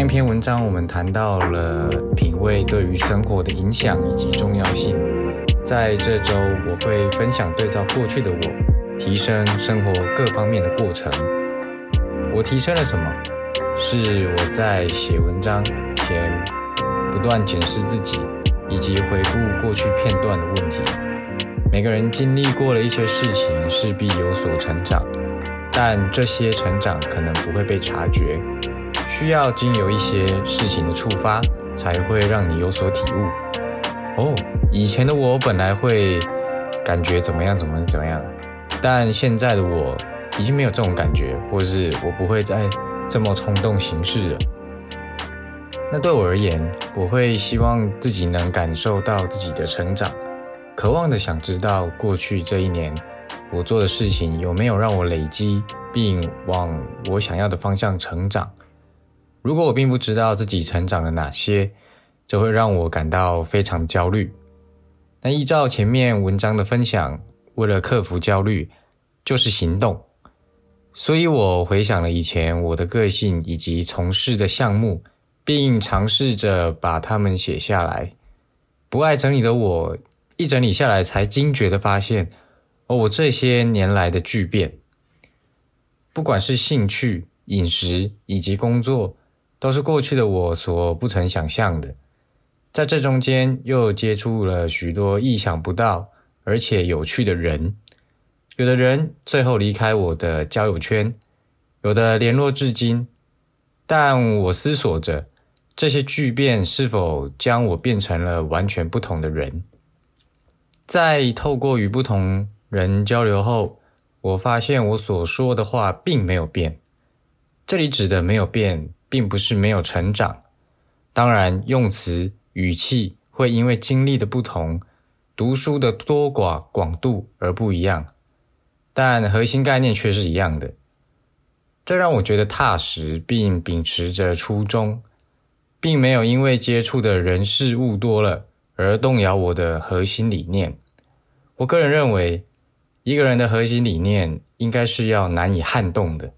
一篇文章，我们谈到了品味对于生活的影响以及重要性。在这周，我会分享对照过去的我，提升生活各方面的过程。我提升了什么？是我在写文章前不断检视自己，以及回顾过去片段的问题。每个人经历过了一些事情，势必有所成长，但这些成长可能不会被察觉，需要经由一些事情的触发，才会让你有所体悟。以前的我本来会感觉怎么样，但现在的我已经没有这种感觉，或是我不会再这么冲动行事了。那对我而言，我会希望自己能感受到自己的成长，渴望的想知道过去这一年我做的事情有没有让我累积，并往我想要的方向成长。如果我并不知道自己成长了哪些，这会让我感到非常焦虑。那依照前面文章的分享，为了克服焦虑，就是行动。所以我回想了以前我的个性以及从事的项目，并尝试着把它们写下来。不爱整理的我，一整理下来才惊觉地发现，我这些年来的巨变，不管是兴趣、饮食以及工作，都是过去的我所不曾想象的。在这中间又接触了许多意想不到而且有趣的人，有的人最后离开我的交友圈，有的联络至今，但我思索着，这些巨变是否将我变成了完全不同的人。在透过与不同人交流后，我发现我所说的话并没有变。这里指的没有变，并不是没有成长。当然，用词、语气会因为经历的不同，读书的多寡、广度而不一样，但核心概念却是一样的。这让我觉得踏实，并秉持着初衷，并没有因为接触的人事物多了而动摇我的核心理念。我个人认为，一个人的核心理念应该是要难以撼动的。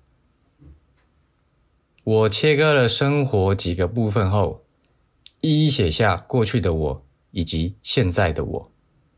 我切割了生活几个部分后，一一写下过去的我以及现在的我。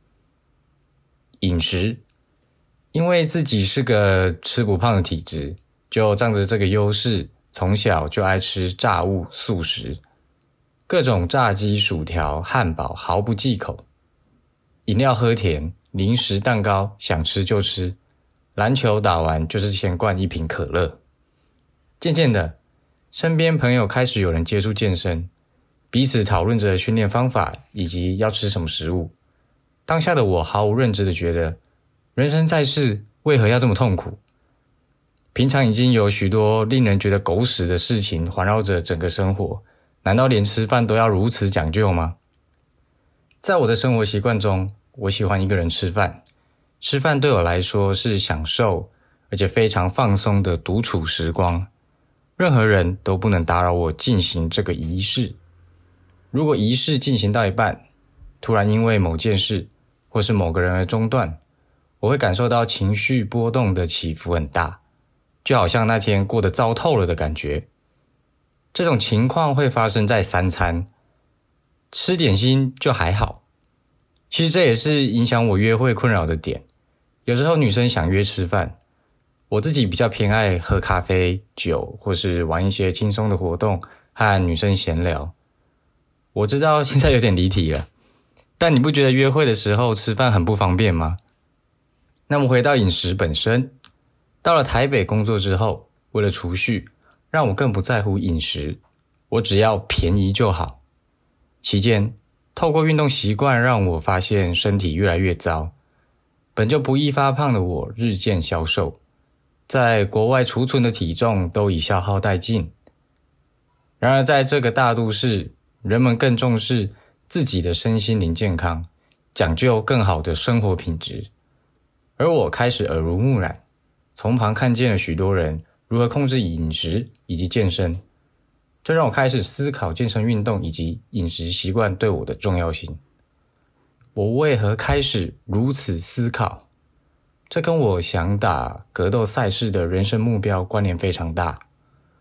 饮食，因为自己是个吃不胖的体质，就仗着这个优势，从小就爱吃炸物、速食，各种炸鸡、薯条、汉堡毫不忌口。饮料喝甜，零食蛋糕想吃就吃，篮球打完就是先灌一瓶可乐。渐渐的，身边朋友开始有人接触健身，彼此讨论着训练方法以及要吃什么食物。当下的我毫无认知的觉得，人生在世为何要这么痛苦？平常已经有许多令人觉得狗屎的事情环绕着整个生活，难道连吃饭都要如此讲究吗？在我的生活习惯中，我喜欢一个人吃饭。吃饭对我来说是享受，而且非常放松的独处时光。任何人都不能打扰我进行这个仪式。如果仪式进行到一半，突然因为某件事或是某个人而中断，我会感受到情绪波动的起伏很大，就好像那天过得糟透了的感觉。这种情况会发生在三餐，吃点心就还好。其实这也是影响我约会困扰的点。有时候女生想约吃饭，我自己比较偏爱喝咖啡、酒，或是玩一些轻松的活动，和女生闲聊。我知道现在有点离题了，但你不觉得约会的时候吃饭很不方便吗？那么回到饮食本身，到了台北工作之后，为了储蓄，让我更不在乎饮食，我只要便宜就好。期间，透过运动习惯让我发现身体越来越糟，本就不易发胖的我日渐消瘦，在国外储存的体重都已消耗殆尽。然而在这个大都市，人们更重视自己的身心灵健康，讲究更好的生活品质。而我开始耳濡目染，从旁看见了许多人如何控制饮食以及健身，这让我开始思考健身运动以及饮食习惯对我的重要性。我为何开始如此思考？这跟我想打格斗赛事的人生目标关联非常大。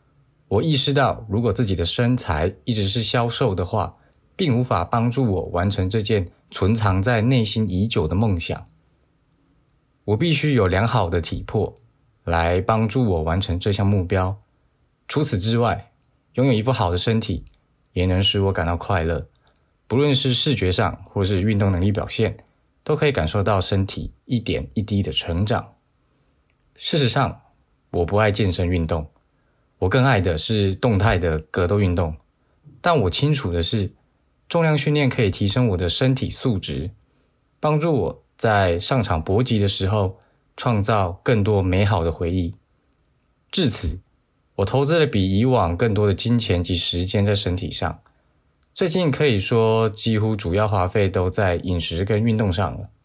我意识到，如果自己的身材一直是消瘦的话，并无法帮助我完成这件存藏在内心已久的梦想。我必须有良好的体魄来帮助我完成这项目标。除此之外，拥有一副好的身体也能使我感到快乐，不论是视觉上或是运动能力表现，都可以感受到身体一点一滴的成长。事实上，我不爱健身运动，我更爱的是动态的格斗运动。但我清楚的是，重量训练可以提升我的身体素质，帮助我在上场搏击的时候创造更多美好的回忆。至此，我投资了比以往更多的金钱及时间在身体上。最近可以说几乎主要花费都在饮食跟运动上了。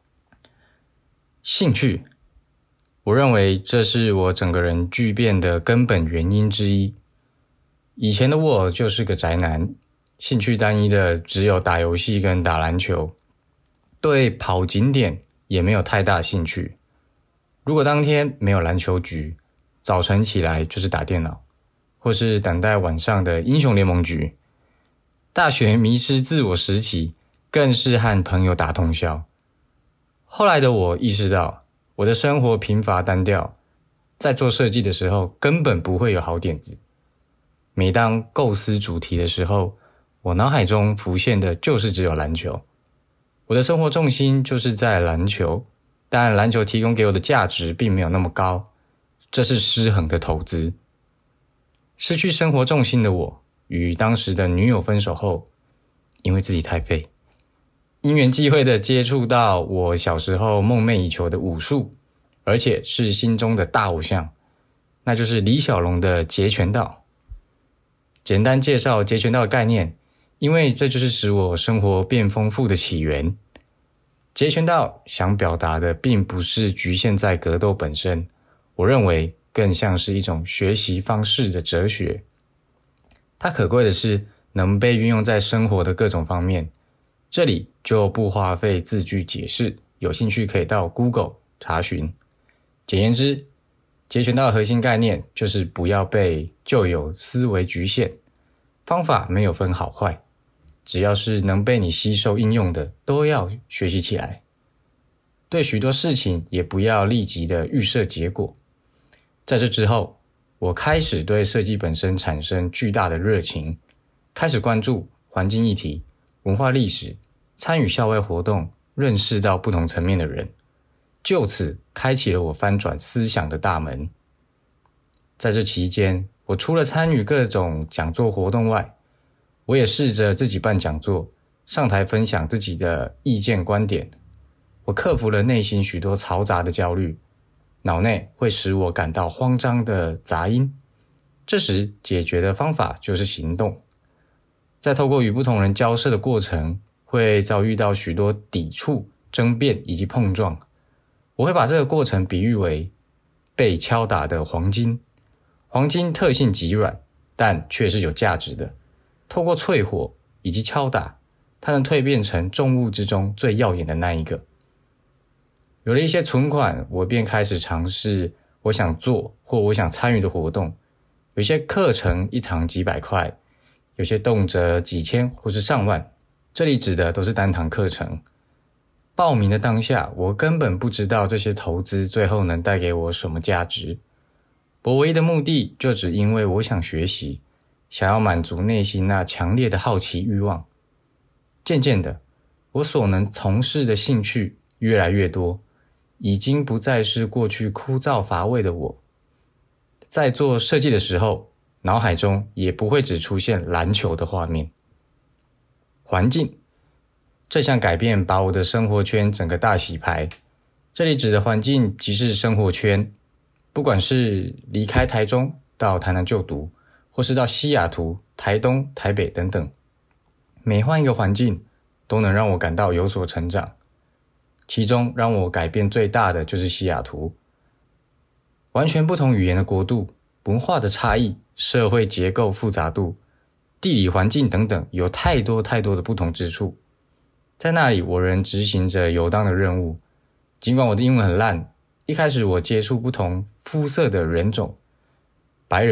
兴趣，我认为这是我整个人巨变的根本原因之一。以前的我就是个宅男，兴趣单一的只有打游戏跟打篮球，对跑景点也没有太大兴趣。如果当天没有篮球局，早晨起来就是打电脑，或是等待晚上的英雄联盟局。大学迷失自我时期，更是和朋友打通宵。后来的我意识到，我的生活贫乏单调，在做设计的时候根本不会有好点子。每当构思主题的时候，我脑海中浮现的就是只有篮球。我的生活重心就是在篮球，但篮球提供给我的价值并没有那么高，这是失衡的投资。失去生活重心的我，与当时的女友分手后，因为自己太废，因缘际会的接触到我小时候梦寐以求的武术，而且是心中的大偶像，那就是李小龙的截拳道。简单介绍截拳道的概念，因为这就是使我生活变丰富的起源。截拳道想表达的并不是局限在格斗本身，我认为更像是一种学习方式的哲学。它可贵的是能被运用在生活的各种方面，这里就不花费字句解释，有兴趣可以到 Google 查询。简言之，截拳道的核心概念就是不要被旧有思维局限，方法没有分好坏，只要是能被你吸收应用的，都要学习起来。对许多事情也不要立即的预设结果。在这之后，我开始对设计本身产生巨大的热情，开始关注环境议题、文化历史，参与校外活动，认识到不同层面的人，就此开启了我翻转思想的大门。在这期间，我除了参与各种讲座活动外，我也试着自己办讲座，上台分享自己的意见观点。我克服了内心许多嘈杂的焦虑，脑内会使我感到慌张的杂音，这时解决的方法就是行动。在透过与不同人交涉的过程，会遭遇到许多抵触、争辩以及碰撞。我会把这个过程比喻为被敲打的黄金。黄金特性极软，但却是有价值的。透过淬火以及敲打，它能蜕变成众物之中最耀眼的那一个。有了一些存款，我便开始尝试我想做或我想参与的活动。有些课程一堂几百块，有些动辄几千或是上万，这里指的都是单堂课程。报名的当下，我根本不知道这些投资最后能带给我什么价值。我唯一的目的就只因为我想学习，想要满足内心那强烈的好奇欲望。渐渐的，我所能从事的兴趣越来越多，已经不再是过去枯燥乏味的我。在做设计的时候，脑海中也不会只出现篮球的画面。环境，这项改变把我的生活圈整个大洗牌。这里指的环境即是生活圈，不管是离开台中到台南就读，或是到西雅图、台东、台北等等，每换一个环境都能让我感到有所成长。其中让我改变最大的就是西雅图。完全不同语言的国度，文化的差异，社会结构复杂度，地理环境等等，有太多的不同之处。在那里，我仍执行着游荡的任务。尽管我的英文很烂，一开始我接触不同肤色的人种，白人、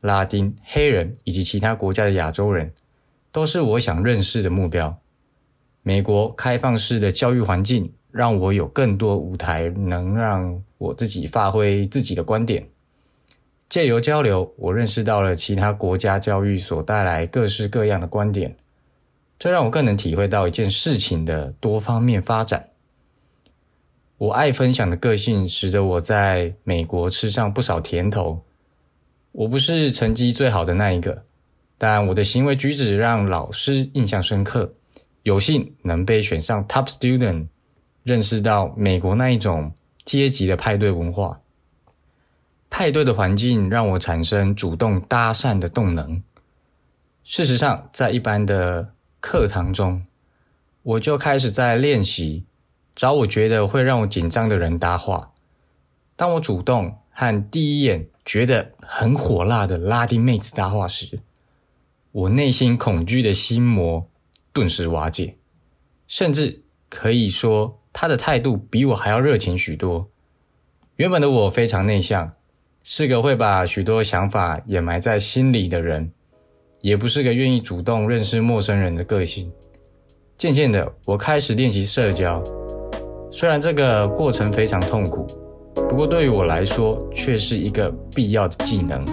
拉丁、黑人以及其他国家的亚洲人，都是我想认识的目标。美国开放式的教育环境让我有更多舞台，能让我自己发挥自己的观点。借由交流，我认识到了其他国家教育所带来各式各样的观点，这让我更能体会到一件事情的多方面发展。我爱分享的个性使得我在美国吃上不少甜头。我不是成绩最好的那一个，但我的行为举止让老师印象深刻，有幸能被选上 Top Student， 认识到美国那一种阶级的派对文化。派对的环境让我产生主动搭讪的动能。事实上，在一般的课堂中，我就开始在练习找我觉得会让我紧张的人搭话。当我主动和第一眼觉得很火辣的拉丁妹子搭话时，我内心恐惧的心魔顿时瓦解，甚至可以说她的态度比我还要热情许多。原本的我非常内向，是个会把许多想法掩埋在心里的人，也不是个愿意主动认识陌生人的个性。渐渐的，我开始练习社交，虽然这个过程非常痛苦，不过对于我来说却是一个必要的技能。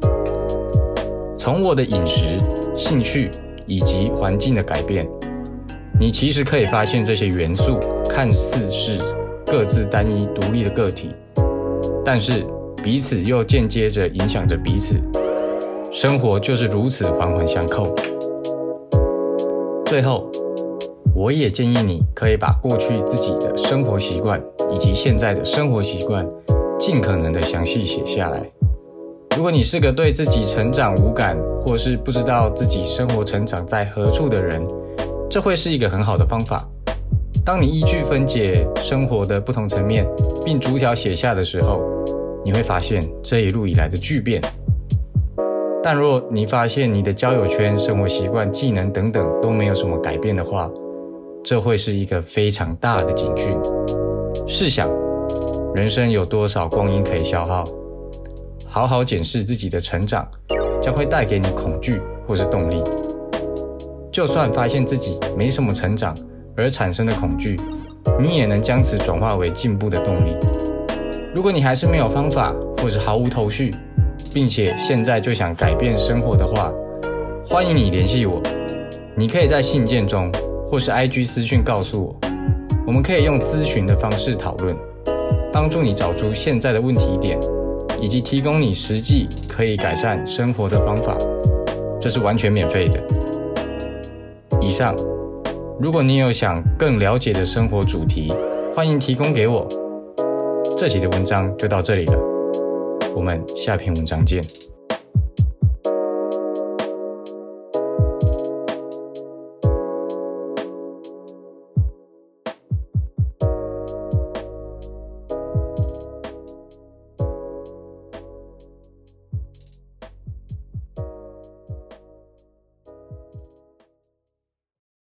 从我的饮食、兴趣以及环境的改变，你其实可以发现这些元素看似是各自单一独立的个体，但是彼此又间接着影响着彼此。生活就是如此环环相扣。最后，我也建议你可以把过去自己的生活习惯以及现在的生活习惯尽可能的详细写下来。如果你是个对自己成长无感，或是不知道自己生活成长在何处的人，这会是一个很好的方法。当你依据分解生活的不同层面，并逐条写下的时候，你会发现这一路以来的巨变。但若你发现你的交友圈、生活习惯、技能等等都没有什么改变的话，这会是一个非常大的警讯。试想，人生有多少光阴可以消耗？好好检视自己的成长，将会带给你恐惧或是动力。就算发现自己没什么成长而产生的恐惧，你也能将此转化为进步的动力。如果你还是没有方法，或是毫无头绪，并且现在就想改变生活的话，欢迎你联系我。你可以在信件中或是 IG 私讯告诉我，我们可以用咨询的方式讨论，帮助你找出现在的问题点，以及提供你实际可以改善生活的方法，这是完全免费的。以上，如果你有想更了解的生活主题，欢迎提供给我。这期的文章就到这里了，我们下篇文章见。